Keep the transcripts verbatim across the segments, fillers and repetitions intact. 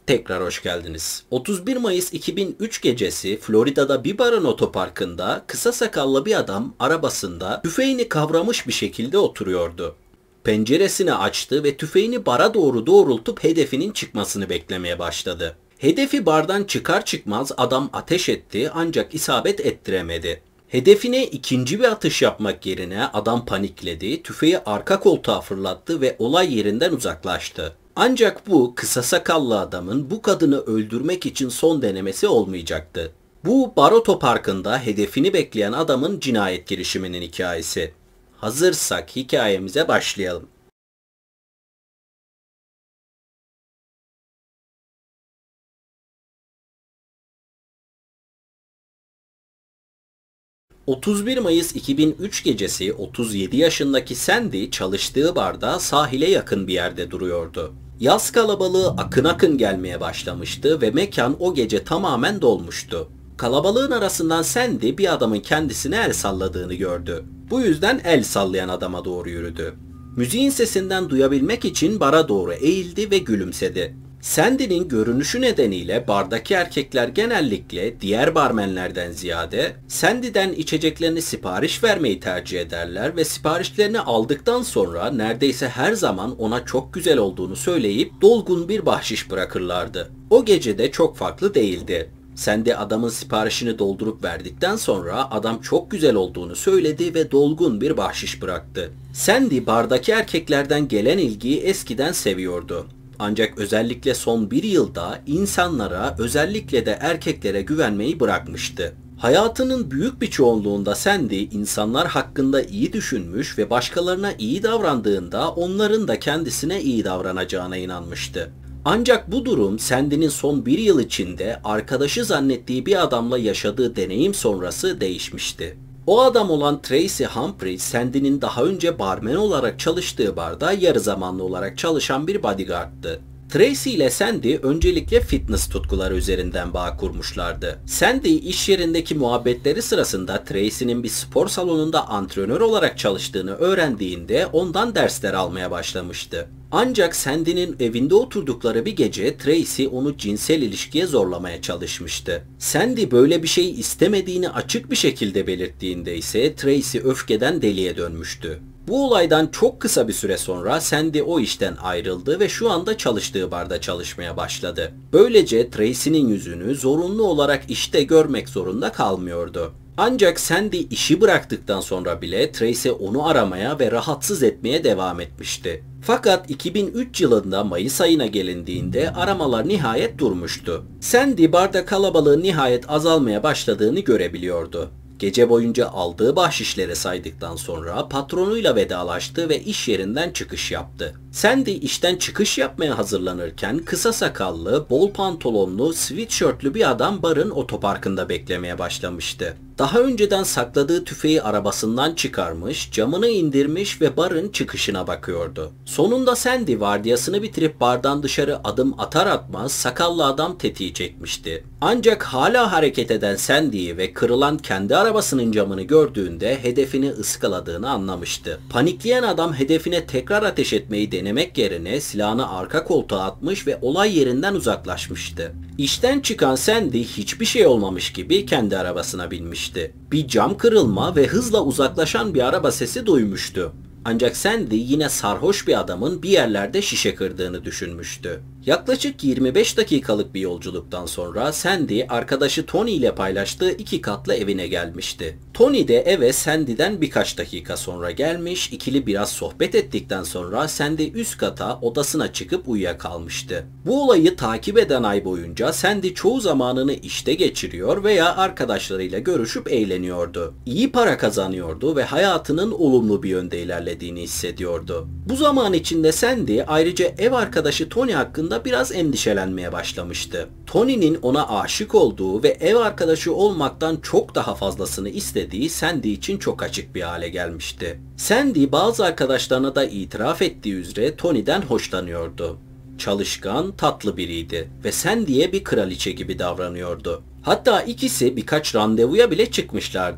Tekrar hoş geldiniz. otuz bir Mayıs iki bin üç gecesi Florida'da bir barın otoparkında kısa sakallı bir adam arabasında tüfeğini kavramış bir şekilde oturuyordu. Penceresini açtı ve tüfeğini bara doğru doğrultup hedefinin çıkmasını beklemeye başladı. Hedefi bardan çıkar çıkmaz adam ateş etti ancak isabet ettiremedi. Hedefine ikinci bir atış yapmak yerine adam panikledi, tüfeği arka koltuğa fırlattı ve olay yerinden uzaklaştı. Ancak bu kısa sakallı adamın bu kadını öldürmek için son denemesi olmayacaktı. Bu bar otoparkında hedefini bekleyen adamın cinayet girişiminin hikayesi. Hazırsak hikayemize başlayalım. otuz bir Mayıs iki bin üç gecesi otuz yedi yaşındaki Sandy çalıştığı barda sahile yakın bir yerde duruyordu. Yaz kalabalığı akın akın gelmeye başlamıştı ve mekan o gece tamamen dolmuştu. Kalabalığın arasından Sandy bir adamın kendisine el salladığını gördü. Bu yüzden el sallayan adama doğru yürüdü. Müziğin sesinden duyabilmek için bara doğru eğildi ve gülümsedi. Sandy'nin görünüşü nedeniyle bardaki erkekler genellikle diğer barmenlerden ziyade Sandy'den içeceklerini sipariş vermeyi tercih ederler ve siparişlerini aldıktan sonra neredeyse her zaman ona çok güzel olduğunu söyleyip dolgun bir bahşiş bırakırlardı. O gece de çok farklı değildi. Sandy adamın siparişini doldurup verdikten sonra adam çok güzel olduğunu söyledi ve dolgun bir bahşiş bıraktı. Sandy bardaki erkeklerden gelen ilgiyi eskiden seviyordu. Ancak özellikle son bir yılda insanlara, özellikle de erkeklere güvenmeyi bırakmıştı. Hayatının büyük bir çoğunluğunda Sandy insanlar hakkında iyi düşünmüş ve başkalarına iyi davrandığında onların da kendisine iyi davranacağına inanmıştı. Ancak bu durum Sandy'nin son bir yıl içinde arkadaşı zannettiği bir adamla yaşadığı deneyim sonrası değişmişti. O adam olan Tracy Humphrey, Sandy'nin daha önce barmen olarak çalıştığı barda yarı zamanlı olarak çalışan bir bodyguard'tı. Tracy ile Sandy öncelikle fitness tutkuları üzerinden bağ kurmuşlardı. Sandy iş yerindeki muhabbetleri sırasında Tracy'nin bir spor salonunda antrenör olarak çalıştığını öğrendiğinde ondan dersler almaya başlamıştı. Ancak Sandy'nin evinde oturdukları bir gece Tracy onu cinsel ilişkiye zorlamaya çalışmıştı. Sandy böyle bir şey istemediğini açık bir şekilde belirttiğinde ise Tracy öfkeden deliye dönmüştü. Bu olaydan çok kısa bir süre sonra Sandy o işten ayrıldı ve şu anda çalıştığı barda çalışmaya başladı. Böylece Tracy'nin yüzünü zorunlu olarak işte görmek zorunda kalmıyordu. Ancak Sandy işi bıraktıktan sonra bile Tracy onu aramaya ve rahatsız etmeye devam etmişti. Fakat iki bin üç yılında Mayıs ayına gelindiğinde aramalar nihayet durmuştu. Sandy barda kalabalığın nihayet azalmaya başladığını görebiliyordu. Gece boyunca aldığı bahşişleri saydıktan sonra patronuyla vedalaştı ve iş yerinden çıkış yaptı. Sandy işten çıkış yapmaya hazırlanırken kısa sakallı, bol pantolonlu, sweatshirtlü bir adam barın otoparkında beklemeye başlamıştı. Daha önceden sakladığı tüfeği arabasından çıkarmış, camını indirmiş ve barın çıkışına bakıyordu. Sonunda Sandy vardiyasını bitirip bardan dışarı adım atar atmaz sakallı adam tetiği çekmişti. Ancak hala hareket eden Sandy'yi ve kırılan kendi arabasının camını gördüğünde hedefini ıskaladığını anlamıştı. Panikleyen adam hedefine tekrar ateş etmeyi denemek yerine silahını arka koltuğa atmış ve olay yerinden uzaklaşmıştı. İşten çıkan Sandy hiçbir şey olmamış gibi kendi arabasına binmişti. Bir cam kırılma ve hızla uzaklaşan bir araba sesi duymuştu. Ancak Sandy yine sarhoş bir adamın bir yerlerde şişe kırdığını düşünmüştü. Yaklaşık yirmi beş dakikalık bir yolculuktan sonra Sandy arkadaşı Tony ile paylaştığı iki katlı evine gelmişti. Tony de eve Sandy'den birkaç dakika sonra gelmiş, ikili biraz sohbet ettikten sonra Sandy üst kata odasına çıkıp uyuyakalmıştı. Bu olayı takip eden ay boyunca Sandy çoğu zamanını işte geçiriyor veya arkadaşlarıyla görüşüp eğleniyordu. İyi para kazanıyordu ve hayatının olumlu bir yönde ilerlediğini hissediyordu. Bu zaman içinde Sandy ayrıca ev arkadaşı Tony hakkında biraz endişelenmeye başlamıştı. Tony'nin ona aşık olduğu ve ev arkadaşı olmaktan çok daha fazlasını istediği Sandy için çok açık bir hale gelmişti. Sandy bazı arkadaşlarına da itiraf ettiği üzere Tony'den hoşlanıyordu. Çalışkan, tatlı biriydi ve Sandy'ye bir kraliçe gibi davranıyordu. Hatta ikisi birkaç randevuya bile çıkmışlardı.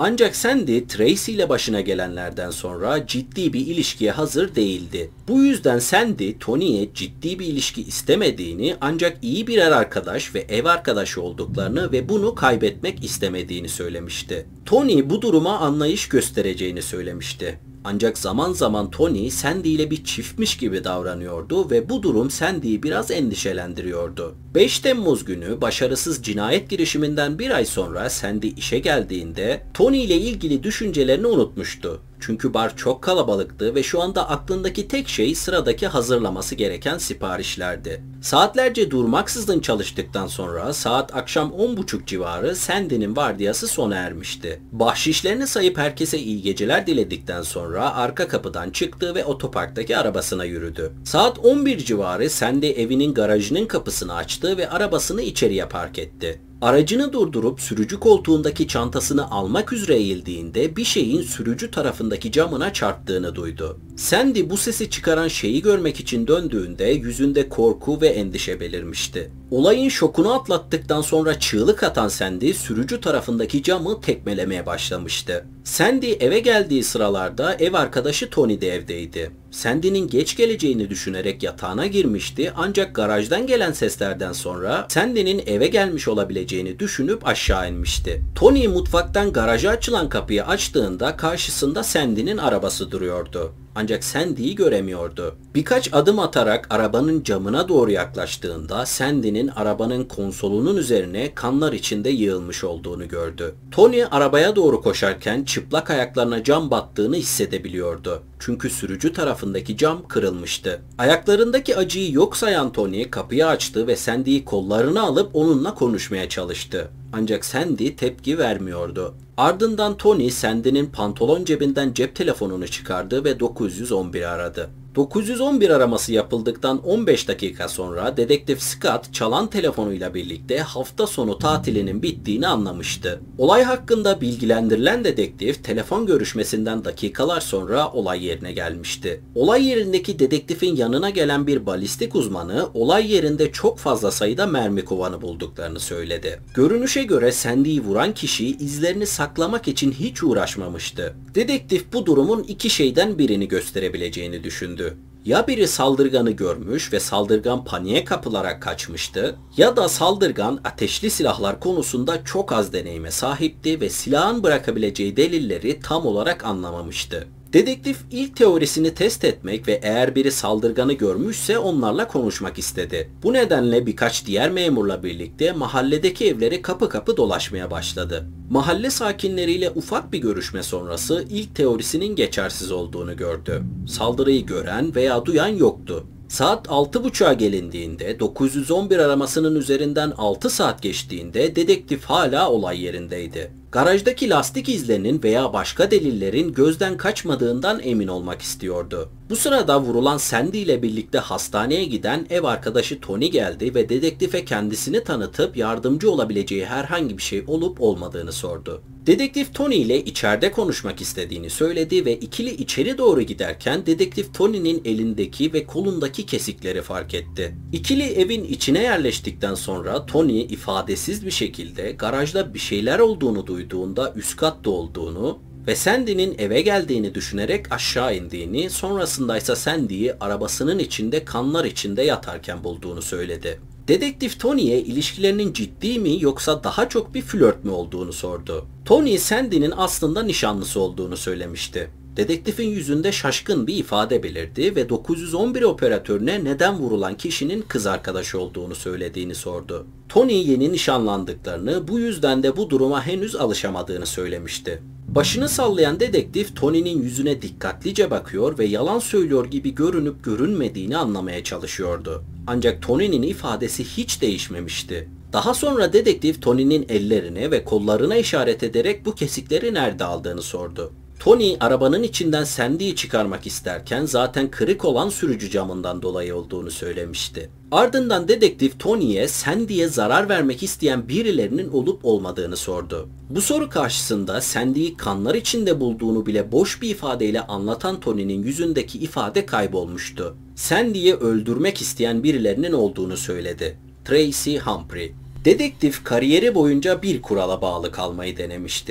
Ancak Sandy, Tracy ile başına gelenlerden sonra ciddi bir ilişkiye hazır değildi. Bu yüzden Sandy, Tony'ye ciddi bir ilişki istemediğini ancak iyi birer arkadaş ve ev arkadaşı olduklarını ve bunu kaybetmek istemediğini söylemişti. Tony bu duruma anlayış göstereceğini söylemişti. Ancak zaman zaman Tony, Sandy ile bir çiftmiş gibi davranıyordu ve bu durum Sandy'yi biraz endişelendiriyordu. beş Temmuz günü başarısız cinayet girişiminden bir ay sonra Sandy işe geldiğinde Tony ile ilgili düşüncelerini unutmuştu. Çünkü bar çok kalabalıktı ve şu anda aklındaki tek şey sıradaki hazırlaması gereken siparişlerdi. Saatlerce durmaksızın çalıştıktan sonra saat akşam on buçuk civarı Sandy'nin vardiyası sona ermişti. Bahşişlerini sayıp herkese iyi geceler diledikten sonra arka kapıdan çıktı ve otoparktaki arabasına yürüdü. Saat on bir civarı Sandy evinin garajının kapısını açtı ve arabasını içeriye park etti. Aracını durdurup sürücü koltuğundaki çantasını almak üzere eğildiğinde bir şeyin sürücü tarafındaki camına çarptığını duydu. Sandy bu sesi çıkaran şeyi görmek için döndüğünde yüzünde korku ve endişe belirmişti. Olayın şokunu atlattıktan sonra çığlık atan Sandy sürücü tarafındaki camı tekmelemeye başlamıştı. Sandy eve geldiği sıralarda ev arkadaşı Tony de evdeydi. Sandy'nin geç geleceğini düşünerek yatağına girmişti ancak garajdan gelen seslerden sonra Sandy'nin eve gelmiş olabileceğini düşünüp aşağı inmişti. Tony mutfaktan garaja açılan kapıyı açtığında karşısında Sandy'nin arabası duruyordu. Ancak Sandy'yi göremiyordu. Birkaç adım atarak arabanın camına doğru yaklaştığında Sandy'nin arabanın konsolunun üzerine kanlar içinde yığılmış olduğunu gördü. Tony arabaya doğru koşarken çıplak ayaklarına cam battığını hissedebiliyordu. Çünkü sürücü tarafındaki cam kırılmıştı. Ayaklarındaki acıyı yok sayan Tony kapıyı açtı ve Sandy'yi kollarına alıp onunla konuşmaya çalıştı. Ancak Sandy tepki vermiyordu. Ardından Tony Sandy'nin pantolon cebinden cep telefonunu çıkardı ve dokuz yüz on biri aradı. dokuz yüz on bir araması yapıldıktan on beş dakika sonra dedektif Scott çalan telefonuyla birlikte hafta sonu tatilinin bittiğini anlamıştı. Olay hakkında bilgilendirilen dedektif telefon görüşmesinden dakikalar sonra olay yerine gelmişti. Olay yerindeki dedektifin yanına gelen bir balistik uzmanı olay yerinde çok fazla sayıda mermi kovanı bulduklarını söyledi. Görünüşe göre Sandy'yi vuran kişi izlerini saklamak için hiç uğraşmamıştı. Dedektif bu durumun iki şeyden birini gösterebileceğini düşündü. Ya biri saldırganı görmüş ve saldırgan paniğe kapılarak kaçmıştı ya da saldırgan ateşli silahlar konusunda çok az deneyime sahipti ve silahın bırakabileceği delilleri tam olarak anlamamıştı. Dedektif ilk teorisini test etmek ve eğer biri saldırganı görmüşse onlarla konuşmak istedi. Bu nedenle birkaç diğer memurla birlikte mahalledeki evleri kapı kapı dolaşmaya başladı. Mahalle sakinleriyle ufak bir görüşme sonrası ilk teorisinin geçersiz olduğunu gördü. Saldırıyı gören veya duyan yoktu. Saat altı buçuğa gelindiğinde dokuz yüz on bir aramasının üzerinden altı saat geçtiğinde dedektif hala olay yerindeydi. Garajdaki lastik izlerinin veya başka delillerin gözden kaçmadığından emin olmak istiyordu. Bu sırada vurulan Sandy ile birlikte hastaneye giden ev arkadaşı Tony geldi ve dedektife kendisini tanıtıp yardımcı olabileceği herhangi bir şey olup olmadığını sordu. Dedektif Tony ile içeride konuşmak istediğini söyledi ve ikili içeri doğru giderken dedektif Tony'nin elindeki ve kolundaki kesikleri fark etti. İkili evin içine yerleştikten sonra Tony ifadesiz bir şekilde garajda bir şeyler olduğunu duyduğunda üst katta olduğunu ve Sandy'nin eve geldiğini düşünerek aşağı indiğini, sonrasında ise Sandy'yi arabasının içinde kanlar içinde yatarken bulduğunu söyledi. Dedektif Tony'ye ilişkilerinin ciddi mi yoksa daha çok bir flört mü olduğunu sordu. Tony, Sandy'nin aslında nişanlısı olduğunu söylemişti. Dedektifin yüzünde şaşkın bir ifade belirdi ve dokuz yüz on bir operatörüne neden vurulan kişinin kız arkadaşı olduğunu söylediğini sordu. Tony yeni nişanlandıklarını, bu yüzden de bu duruma henüz alışamadığını söylemişti. Başını sallayan dedektif Tony'nin yüzüne dikkatlice bakıyor ve yalan söylüyor gibi görünüp görünmediğini anlamaya çalışıyordu. Ancak Tony'nin ifadesi hiç değişmemişti. Daha sonra dedektif Tony'nin ellerine ve kollarına işaret ederek bu kesikleri nerede aldığını sordu. Tony arabanın içinden Sandy'yi çıkarmak isterken zaten kırık olan sürücü camından dolayı olduğunu söylemişti. Ardından dedektif Tony'ye Sandy'ye zarar vermek isteyen birilerinin olup olmadığını sordu. Bu soru karşısında Sandy'yi kanlar içinde bulduğunu bile boş bir ifadeyle anlatan Tony'nin yüzündeki ifade kaybolmuştu. Sandy'yi öldürmek isteyen birilerinin olduğunu söyledi. Tracy Humphrey. Dedektif kariyeri boyunca bir kurala bağlı kalmayı denemişti.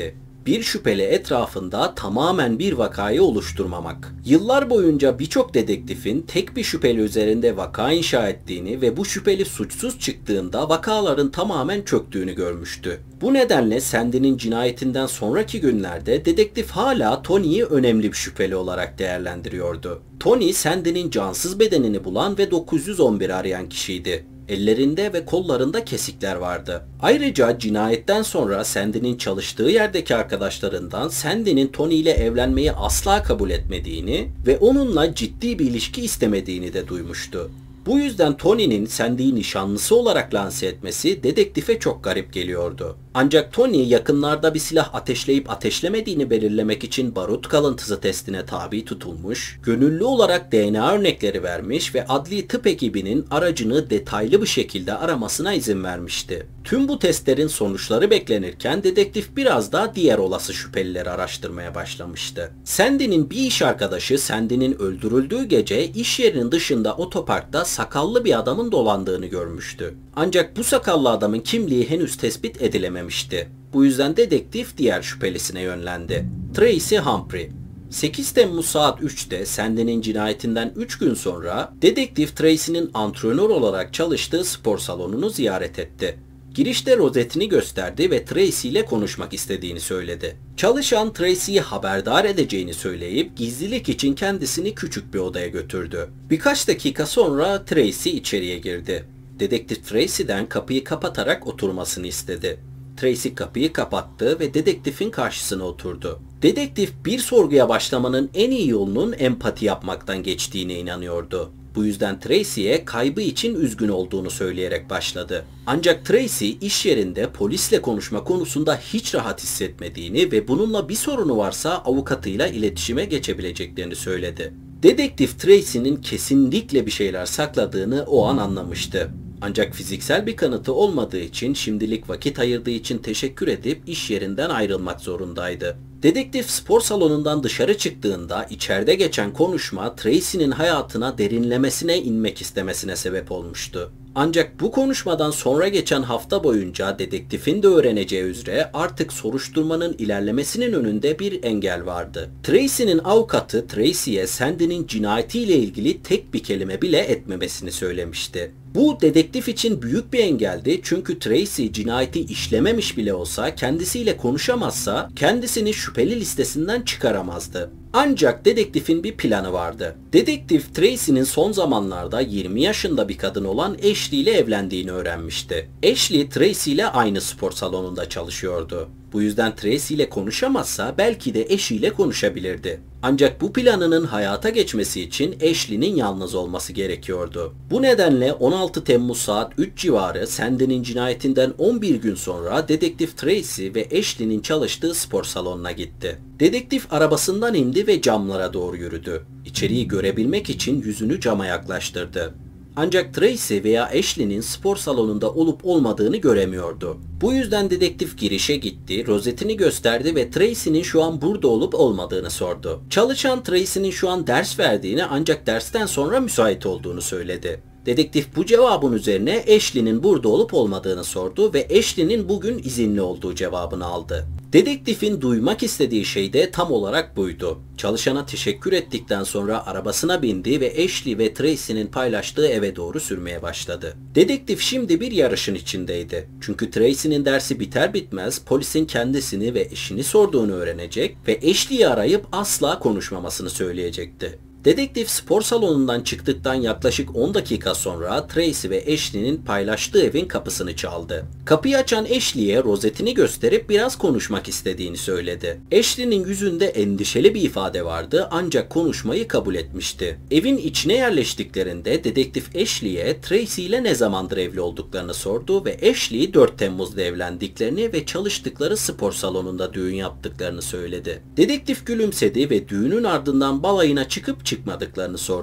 Bir şüpheli etrafında tamamen bir vakayı oluşturmamak. Yıllar boyunca birçok dedektifin tek bir şüpheli üzerinde vaka inşa ettiğini ve bu şüpheli suçsuz çıktığında vakaların tamamen çöktüğünü görmüştü. Bu nedenle Sandy'nin cinayetinden sonraki günlerde dedektif hala Tony'yi önemli bir şüpheli olarak değerlendiriyordu. Tony, Sandy'nin cansız bedenini bulan ve dokuz yüz on biri arayan kişiydi. Ellerinde ve kollarında kesikler vardı. Ayrıca cinayetten sonra Sandy'nin çalıştığı yerdeki arkadaşlarından Sandy'nin Tony ile evlenmeyi asla kabul etmediğini ve onunla ciddi bir ilişki istemediğini de duymuştu. Bu yüzden Tony'nin Sandy'yi nişanlısı olarak lanse etmesi dedektife çok garip geliyordu. Ancak Tony yakınlarda bir silah ateşleyip ateşlemediğini belirlemek için barut kalıntısı testine tabi tutulmuş, gönüllü olarak D N A örnekleri vermiş ve adli tıp ekibinin aracını detaylı bir şekilde aramasına izin vermişti. Tüm bu testlerin sonuçları beklenirken dedektif biraz daha diğer olası şüphelileri araştırmaya başlamıştı. Sandy'nin bir iş arkadaşı Sandy'nin öldürüldüğü gece iş yerinin dışında otoparkta sakallı bir adamın dolandığını görmüştü. Ancak bu sakallı adamın kimliği henüz tespit edilememişti. Bu yüzden dedektif diğer şüphelisine yönlendi. Tracy Humphrey. sekiz Temmuz saat üçte Sandy'nin cinayetinden üç gün sonra dedektif Tracy'nin antrenör olarak çalıştığı spor salonunu ziyaret etti. Girişte rozetini gösterdi ve Tracy ile konuşmak istediğini söyledi. Çalışan Tracy'yi haberdar edeceğini söyleyip gizlilik için kendisini küçük bir odaya götürdü. Birkaç dakika sonra Tracy içeriye girdi. Dedektif Tracy'den kapıyı kapatarak oturmasını istedi. Tracy kapıyı kapattı ve dedektifin karşısına oturdu. Dedektif bir sorguya başlamanın en iyi yolunun empati yapmaktan geçtiğine inanıyordu. Bu yüzden Tracy'ye kaybı için üzgün olduğunu söyleyerek başladı. Ancak Tracy iş yerinde polisle konuşma konusunda hiç rahat hissetmediğini ve bununla bir sorunu varsa avukatıyla iletişime geçebileceklerini söyledi. Dedektif Tracy'nin kesinlikle bir şeyler sakladığını o an anlamıştı. Ancak fiziksel bir kanıtı olmadığı için şimdilik vakit ayırdığı için teşekkür edip iş yerinden ayrılmak zorundaydı. Dedektif spor salonundan dışarı çıktığında içeride geçen konuşma Tracy'nin hayatına derinlemesine inmek istemesine sebep olmuştu. Ancak bu konuşmadan sonra geçen hafta boyunca dedektifin de öğreneceği üzere artık soruşturmanın ilerlemesinin önünde bir engel vardı. Tracy'nin avukatı Tracy'ye Sandy'nin cinayetiyle ilgili tek bir kelime bile etmemesini söylemişti. Bu dedektif için büyük bir engeldi çünkü Tracy cinayeti işlememiş bile olsa kendisiyle konuşamazsa kendisini şüpheli listesinden çıkaramazdı. Ancak dedektifin bir planı vardı. Dedektif Tracy'nin son zamanlarda yirmi yaşında bir kadın olan Ashley ile evlendiğini öğrenmişti. Ashley Tracy ile aynı spor salonunda çalışıyordu. Bu yüzden Tracy ile konuşamazsa belki de eşiyle konuşabilirdi. Ancak bu planının hayata geçmesi için Ashley'nin yalnız olması gerekiyordu. Bu nedenle on altı Temmuz saat üç civarı Sandy'nin cinayetinden on bir gün sonra dedektif Tracy ve Ashley'nin çalıştığı spor salonuna gitti. Dedektif arabasından indi ve camlara doğru yürüdü. İçeriği görebilmek için yüzünü cama yaklaştırdı. Ancak Tracy veya Ashley'nin spor salonunda olup olmadığını göremiyordu. Bu yüzden dedektif girişe gitti, rozetini gösterdi ve Tracy'nin şu an burada olup olmadığını sordu. Çalışan Tracy'nin şu an ders verdiğini ancak dersten sonra müsait olduğunu söyledi. Dedektif bu cevabın üzerine Ashley'nin burada olup olmadığını sordu ve Ashley'nin bugün izinli olduğu cevabını aldı. Dedektifin duymak istediği şey de tam olarak buydu. Çalışana teşekkür ettikten sonra arabasına bindi ve Ashley ve Tracy'nin paylaştığı eve doğru sürmeye başladı. Dedektif şimdi bir yarışın içindeydi. Çünkü Tracy'nin dersi biter bitmez polisin kendisini ve eşini sorduğunu öğrenecek ve Ashley'i arayıp asla konuşmamasını söyleyecekti. Dedektif spor salonundan çıktıktan yaklaşık on dakika sonra Tracy ve Ashley'nin paylaştığı evin kapısını çaldı. Kapıyı açan Ashley'e rozetini gösterip biraz konuşmak istediğini söyledi. Ashley'nin yüzünde endişeli bir ifade vardı ancak konuşmayı kabul etmişti. Evin içine yerleştiklerinde dedektif Ashley'e Tracy ile ne zamandır evli olduklarını sordu ve Ashley dört Temmuz'da evlendiklerini ve çalıştıkları spor salonunda düğün yaptıklarını söyledi. Dedektif gülümsedi ve düğünün ardından balayına çıkıp çıkmadıklarını sordu.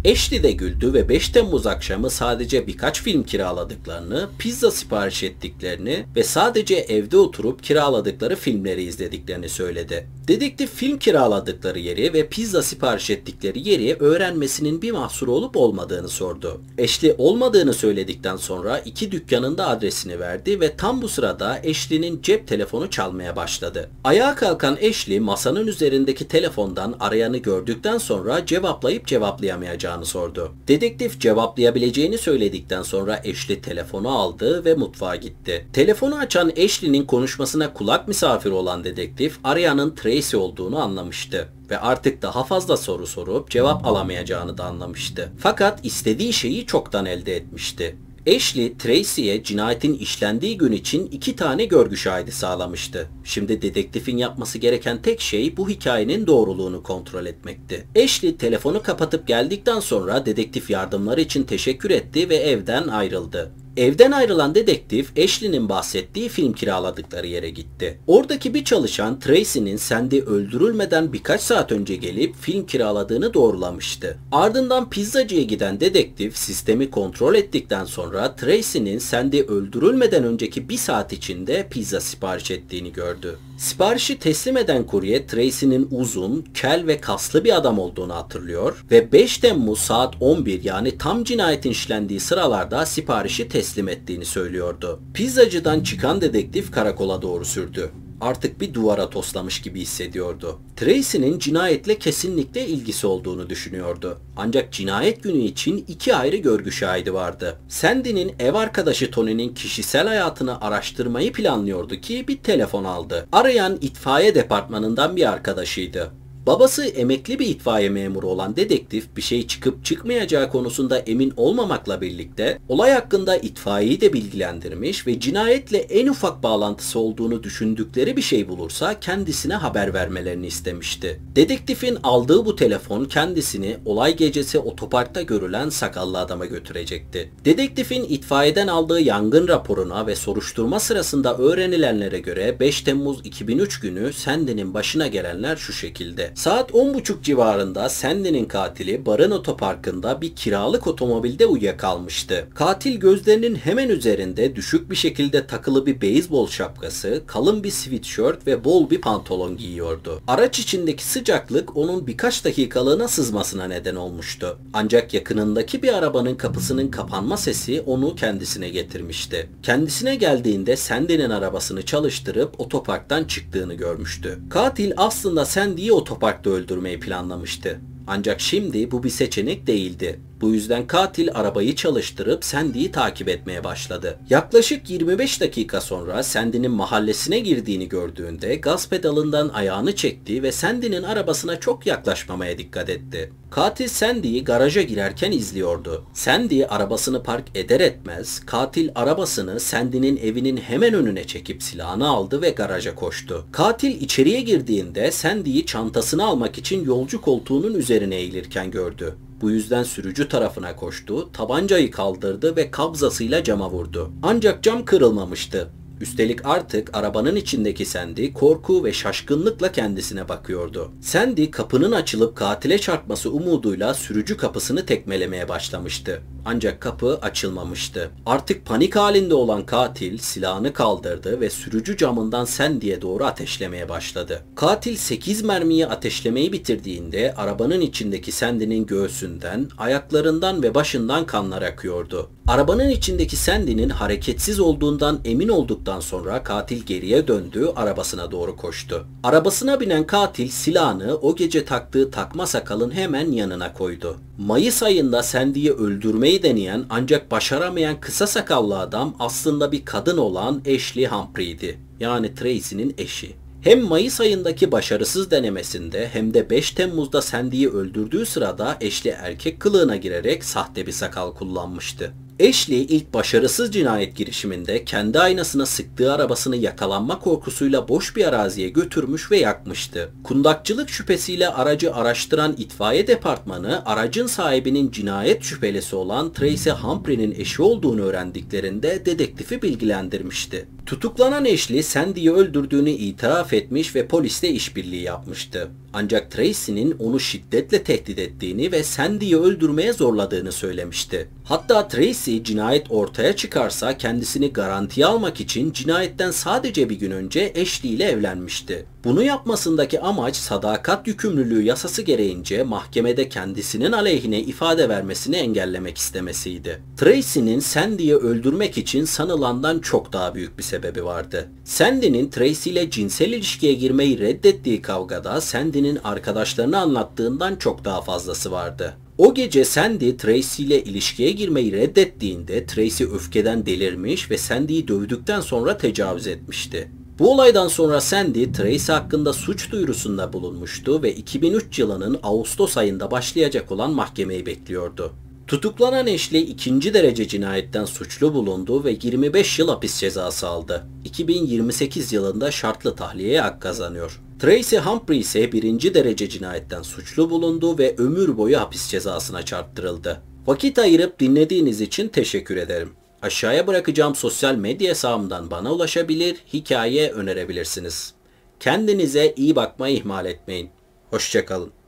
Ashley de güldü ve beş Temmuz akşamı sadece birkaç film kiraladıklarını, pizza sipariş ettiklerini ve sadece evde oturup kiraladıkları filmleri izlediklerini söyledi. Dedektif film kiraladıkları yeri ve pizza sipariş ettikleri yeri öğrenmesinin bir mahsuru olup olmadığını sordu. Ashley olmadığını söyledikten sonra iki dükkanın da adresini verdi ve tam bu sırada Ashley'nin cep telefonu çalmaya başladı. Ayağa kalkan Ashley masanın üzerindeki telefondan arayanı gördükten sonra cevaplayıp cevaplayamayacağını sordu. Dedektif cevaplayabileceğini söyledikten sonra Ashley telefonu aldı ve mutfağa gitti. Telefonu açan Ashley'nin konuşmasına kulak misafiri olan dedektif arayanın Tracy olduğunu anlamıştı ve artık daha fazla soru sorup cevap alamayacağını da anlamıştı. Fakat istediği şeyi çoktan elde etmişti. Ashley, Tracy'ye cinayetin işlendiği gün için iki tane görgü şahidi sağlamıştı. Şimdi dedektifin yapması gereken tek şey bu hikayenin doğruluğunu kontrol etmekti. Ashley telefonu kapatıp geldikten sonra dedektif yardımları için teşekkür etti ve evden ayrıldı. Evden ayrılan dedektif Ashley'nin bahsettiği film kiraladıkları yere gitti. Oradaki bir çalışan Tracy'nin Sandy öldürülmeden birkaç saat önce gelip film kiraladığını doğrulamıştı. Ardından pizzacıya giden dedektif sistemi kontrol ettikten sonra Tracy'nin Sandy öldürülmeden önceki bir saat içinde pizza sipariş ettiğini gördü. Siparişi teslim eden kurye Tracy'nin uzun, kel ve kaslı bir adam olduğunu hatırlıyor ve beş Temmuz saat on bir yani tam cinayetin işlendiği sıralarda siparişi teslim ettiğini söylüyordu. Pizzacıdan çıkan dedektif karakola doğru sürdü. Artık bir duvara toslamış gibi hissediyordu. Tracy'nin cinayetle kesinlikle ilgisi olduğunu düşünüyordu. Ancak cinayet günü için iki ayrı görgü şahidi vardı. Sandy'nin ev arkadaşı Tony'nin kişisel hayatını araştırmayı planlıyordu ki bir telefon aldı. Arayan itfaiye departmanından bir arkadaşıydı. Babası emekli bir itfaiye memuru olan dedektif bir şey çıkıp çıkmayacağı konusunda emin olmamakla birlikte olay hakkında itfaiyeyi de bilgilendirmiş ve cinayetle en ufak bağlantısı olduğunu düşündükleri bir şey bulursa kendisine haber vermelerini istemişti. Dedektifin aldığı bu telefon kendisini olay gecesi otoparkta görülen sakallı adama götürecekti. Dedektifin itfaiyeden aldığı yangın raporuna ve soruşturma sırasında öğrenilenlere göre beş Temmuz iki bin üç günü Sandy'nin başına gelenler şu şekilde. Saat on buçuk civarında Sandy'nin katili barın otoparkında bir kiralık otomobilde uyuyakalmıştı. Katil gözlerinin hemen üzerinde düşük bir şekilde takılı bir beyzbol şapkası, kalın bir sweatshirt ve bol bir pantolon giyiyordu. Araç içindeki sıcaklık onun birkaç dakikalığına sızmasına neden olmuştu. Ancak yakınındaki bir arabanın kapısının kapanma sesi onu kendisine getirmişti. Kendisine geldiğinde Sandy'nin arabasını çalıştırıp otoparktan çıktığını görmüştü. Katil aslında Sandy'yi otoparkta öldürmeyi planlamıştı. Ancak şimdi bu bir seçenek değildi. Bu yüzden katil arabayı çalıştırıp Sandy'yi takip etmeye başladı. Yaklaşık yirmi beş dakika sonra Sandy'nin mahallesine girdiğini gördüğünde gaz pedalından ayağını çekti ve Sandy'nin arabasına çok yaklaşmamaya dikkat etti. Katil Sandy'yi garaja girerken izliyordu. Sandy arabasını park eder etmez katil arabasını Sandy'nin evinin hemen önüne çekip silahını aldı ve garaja koştu. Katil içeriye girdiğinde Sandy'yi çantasını almak için yolcu koltuğunun üzerine eğilirken gördü. Bu yüzden sürücü tarafına koştu, tabancayı kaldırdı ve kabzasıyla cama vurdu. Ancak cam kırılmamıştı. Üstelik artık arabanın içindeki Sandy korku ve şaşkınlıkla kendisine bakıyordu. Sandy kapının açılıp katile çarpması umuduyla sürücü kapısını tekmelemeye başlamıştı. Ancak kapı açılmamıştı. Artık panik halinde olan katil silahını kaldırdı ve sürücü camından Sandy'ye doğru ateşlemeye başladı. Katil sekiz mermiyi ateşlemeyi bitirdiğinde arabanın içindeki Sandy'nin göğsünden, ayaklarından ve başından kanlar akıyordu. Arabanın içindeki Sandy'nin hareketsiz olduğundan emin olduktan sonra katil geriye döndü, arabasına doğru koştu. Arabasına binen katil silahını o gece taktığı takma sakalın hemen yanına koydu. Mayıs ayında Sandy'yi öldürmeyi deneyen ancak başaramayan kısa sakallı adam aslında bir kadın olan Ashley Humphrey'di. Yani Tracy'nin eşi. Hem Mayıs ayındaki başarısız denemesinde hem de beş Temmuz'da Sandy'yi öldürdüğü sırada Ashley erkek kılığına girerek sahte bir sakal kullanmıştı. Ashley ilk başarısız cinayet girişiminde kendi aynasına sıktığı arabasını yakalanma korkusuyla boş bir araziye götürmüş ve yakmıştı. Kundakçılık şüphesiyle aracı araştıran itfaiye departmanı aracın sahibinin cinayet şüphelisi olan Tracy Humphrey'nin eşi olduğunu öğrendiklerinde dedektifi bilgilendirmişti. Tutuklanan Ashley, Sandy'yi öldürdüğünü itiraf etmiş ve polisle işbirliği yapmıştı. Ancak Tracy'nin onu şiddetle tehdit ettiğini ve Sandy'yi öldürmeye zorladığını söylemişti. Hatta Tracy, cinayet ortaya çıkarsa kendisini garantiye almak için cinayetten sadece bir gün önce Ashley ile evlenmişti. Bunu yapmasındaki amaç, sadakat yükümlülüğü yasası gereğince mahkemede kendisinin aleyhine ifade vermesini engellemek istemesiydi. Tracy'nin Sandy'yi öldürmek için sanılandan çok daha büyük bir sebebi vardı. Sandy'nin Tracy ile cinsel ilişkiye girmeyi reddettiği kavgada Sandy'nin arkadaşlarına anlattığından çok daha fazlası vardı. O gece Sandy, Tracy ile ilişkiye girmeyi reddettiğinde Tracy öfkeden delirmiş ve Sandy'yi dövdükten sonra tecavüz etmişti. Bu olaydan sonra Sandy, Tracy hakkında suç duyurusunda bulunmuştu ve iki bin üç yılının Ağustos ayında başlayacak olan mahkemeyi bekliyordu. Tutuklanan Ashley ikinci derece cinayetten suçlu bulundu ve yirmi beş yıl hapis cezası aldı. iki bin yirmi sekiz yılında şartlı tahliyeye hak kazanıyor. Tracy Humphrey ise birinci derece cinayetten suçlu bulundu ve ömür boyu hapis cezasına çarptırıldı. Vakit ayırıp dinlediğiniz için teşekkür ederim. Aşağıya bırakacağım sosyal medya hesabımdan bana ulaşabilir, hikaye önerebilirsiniz. Kendinize iyi bakmayı ihmal etmeyin. Hoşça kalın.